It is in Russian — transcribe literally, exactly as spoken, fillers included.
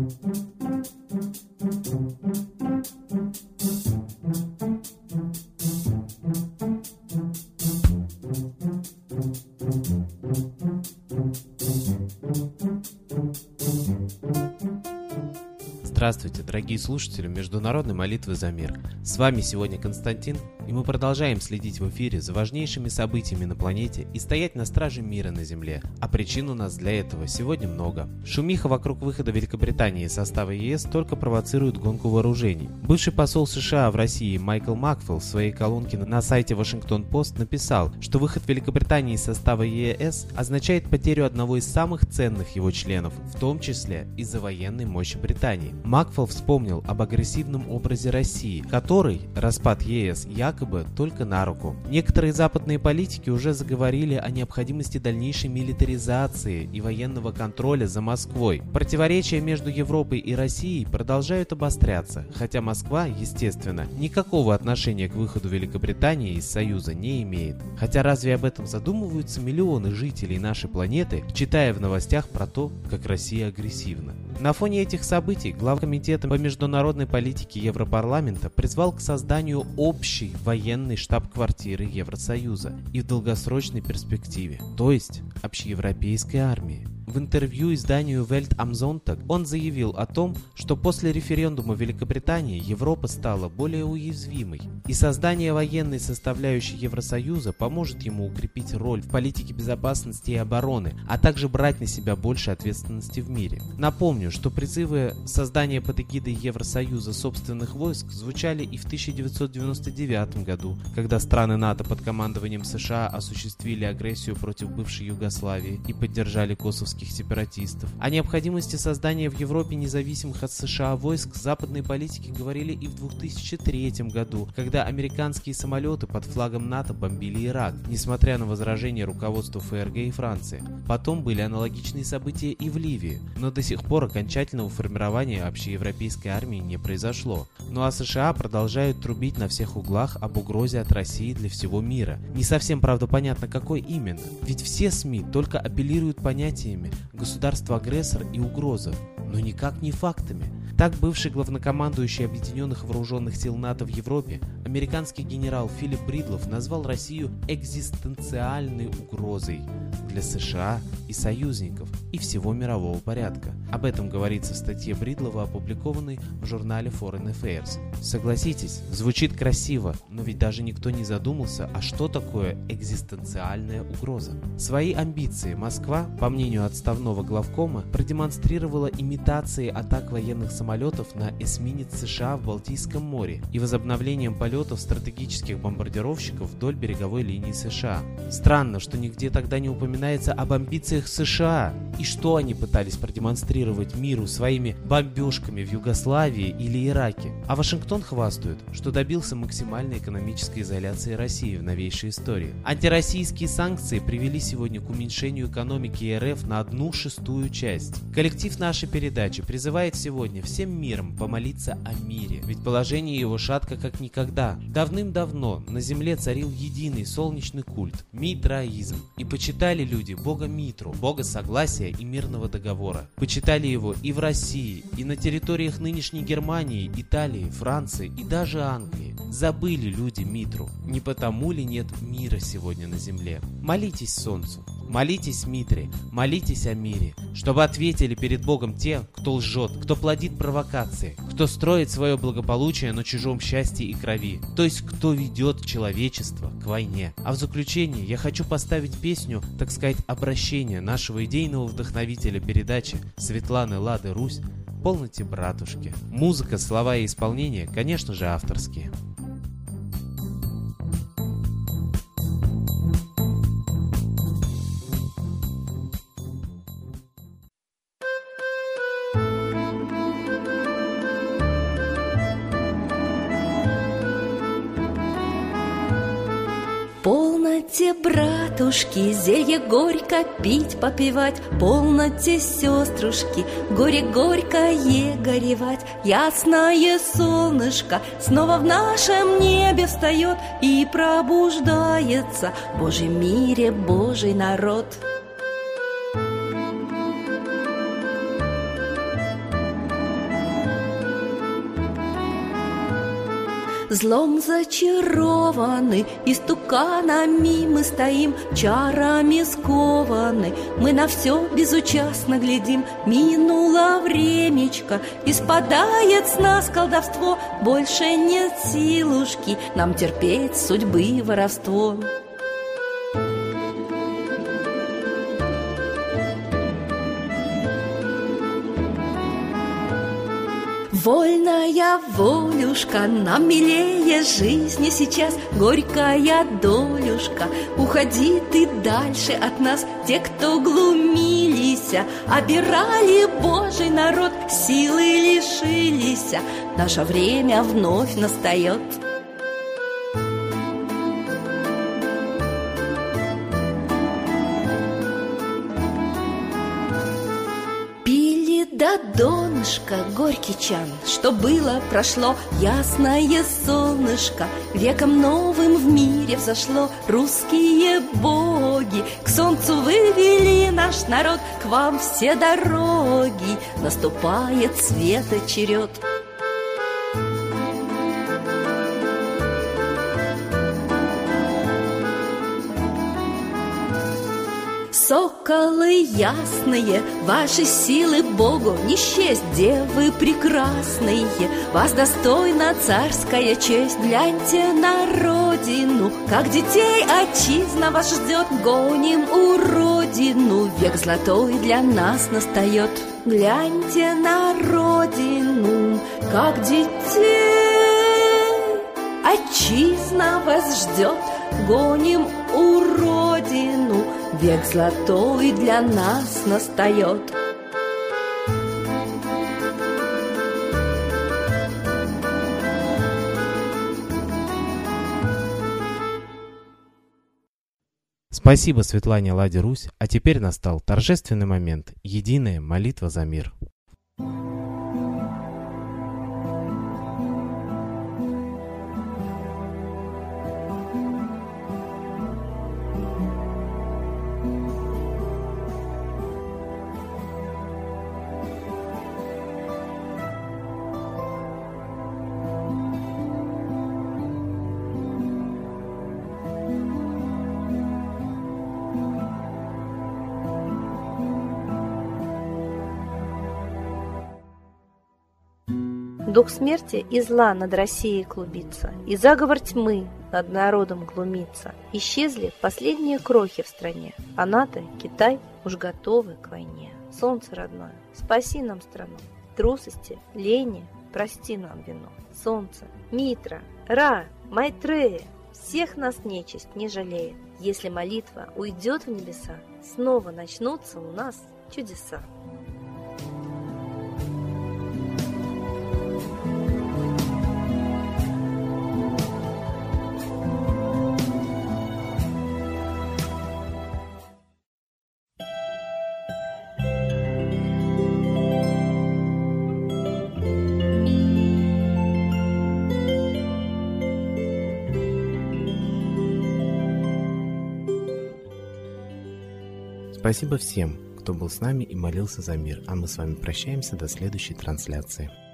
Здравствуйте, дорогие слушатели Международной молитвы за мир. С вами сегодня Константин, и мы продолжаем следить в эфире за важнейшими событиями на планете и стоять на страже мира на Земле. А причин у нас для этого сегодня много. Шумиха вокруг выхода Великобритании из состава ЕС только провоцирует гонку вооружений. Бывший посол США в России Майкл Макфелл в своей колонке на сайте Вашингтон-Пост написал, что выход Великобритании из состава ЕС означает потерю одного из самых ценных его членов, в том числе из-за военной мощи Британии. Макфелл вспомнил об агрессивном образе России, который распад ЕС якобы только на руку. Некоторые западные политики уже заговорили о необходимости дальнейшей милитаризации и военного контроля за Москвой. Противоречия между Европой и Россией продолжают обостряться, хотя Москва, естественно, никакого отношения к выходу Великобритании из Союза не имеет. Хотя разве об этом задумываются миллионы жителей нашей планеты, читая в новостях про то, как Россия агрессивна? На фоне этих событий глава Комитета по международной политике Европарламента призвал к созданию общей военной штаб-квартиры Евросоюза и в долгосрочной перспективе, то есть общеевропейской армии. В интервью изданию Welt am Sonntag он заявил о том, что после референдума Великобритании Европа стала более уязвимой, и создание военной составляющей Евросоюза поможет ему укрепить роль в политике безопасности и обороны, а также брать на себя больше ответственности в мире. Напомню, что призывы создания под эгидой Евросоюза собственных войск звучали и в тысяча девятьсот девяносто девятом году, когда страны НАТО под командованием США осуществили агрессию против бывшей Югославии и поддержали косовских сепаратистов. О необходимости создания в Европе независимых от США войск западные политики говорили и в две тысячи третьем году, когда американские самолеты под флагом НАТО бомбили Ирак, несмотря на возражения руководства ФРГ и Франции. Потом были аналогичные события и в Ливии, но до сих пор окончательного формирования общеевропейской армии не произошло. Ну а США продолжают трубить на всех углах об угрозе от России для всего мира. Не совсем, правда, понятно, какой именно. Ведь все СМИ только апеллируют понятиями государство-агрессор и угроза, но никак не фактами. Так, бывший главнокомандующий Объединенных Вооруженных Сил НАТО в Европе, американский генерал Филипп Бридлов назвал Россию экзистенциальной угрозой для США и союзников и всего мирового порядка. Об этом говорится в статье Бридлова, опубликованной в журнале Foreign Affairs. Согласитесь, звучит красиво, но ведь даже никто не задумался, а что такое экзистенциальная угроза. Свои амбиции Москва, по мнению отставного главкома, продемонстрировала имитацией атак военных самолетов на эсминец США в Балтийском море и возобновлением полетов стратегических бомбардировщиков вдоль береговой линии США. Странно, что нигде тогда не упоминается об амбициях США и что они пытались продемонстрировать миру своими бомбежками в Югославии или Ираке. А Вашингтон хвастает, что добился максимальной экономической изоляции России в новейшей истории. Антироссийские санкции привели сегодня к уменьшению экономики РФ на одну шестую часть. Коллектив нашей передачи призывает сегодня всем миром помолиться о мире, ведь положение его шатко как никогда. Давным-давно на земле царил единый солнечный культ – митраизм, и почитали люди бога Митру, бога согласия и мирного договора. Почитали его и в России, и на территориях нынешней Германии, Италии, Франции и даже Англии. Забыли люди Митру. Не потому ли нет мира сегодня на земле? Молитесь солнцу, молитесь Митре, молитесь о мире, чтобы ответили перед Богом те, кто лжет, кто плодит провокации, кто строит свое благополучие на чужом счастье и крови, то есть кто ведет человечество к войне. А в заключение я хочу поставить песню, так сказать, обращения нашего идейного вдохновителя передачи Светланы Лады Русь «Полноте, братушки». Музыка, слова и исполнение, конечно же, авторские. Полноте, братушки, зелье горько пить, попивать. Полноте, сеструшки, горе горькое горевать. Ясное солнышко снова в нашем небе встает и пробуждается в Божьем мире Божий народ. Злом зачарованы, истуканами мы стоим, чарами скованы. Мы на все безучастно глядим. Минуло времечко, и спадает с нас колдовство. Больше нет силушки нам терпеть судьбы воровство. Вольная волюшка, нам милее жизни сейчас. Горькая долюшка, уходи ты дальше от нас. Те, кто глумились, обирали Божий народ, силы лишились, наше время вновь настает. До донышка горький чан, что было, прошло, ясное солнышко веком новым в мире взошло. Русские боги к солнцу вывели наш народ, к вам все дороги, наступает света черед. Соколы ясные, ваши силы Богу не счесть, девы прекрасные, вас достойна царская честь. Гляньте на родину, как детей отчизна вас ждет. Гоним у родину, век золотой для нас настает. Гляньте на родину, как детей отчизна вас ждет. Гоним у родину, век золотой для нас настает. Спасибо Светлане Ладе Русь, а теперь настал торжественный момент – единая молитва за мир. Дух смерти и зла над Россией клубится, и заговор тьмы над народом глумится. Исчезли последние крохи в стране, а НАТО, Китай уж готовы к войне. Солнце родное, спаси нам страну, трусости, лени, прости нам вину. Солнце, Митра, Ра, Майтрея, всех нас нечисть не жалеет. Если молитва уйдет в небеса, снова начнутся у нас чудеса. Спасибо всем, кто был с нами и молился за мир, а мы с вами прощаемся до следующей трансляции.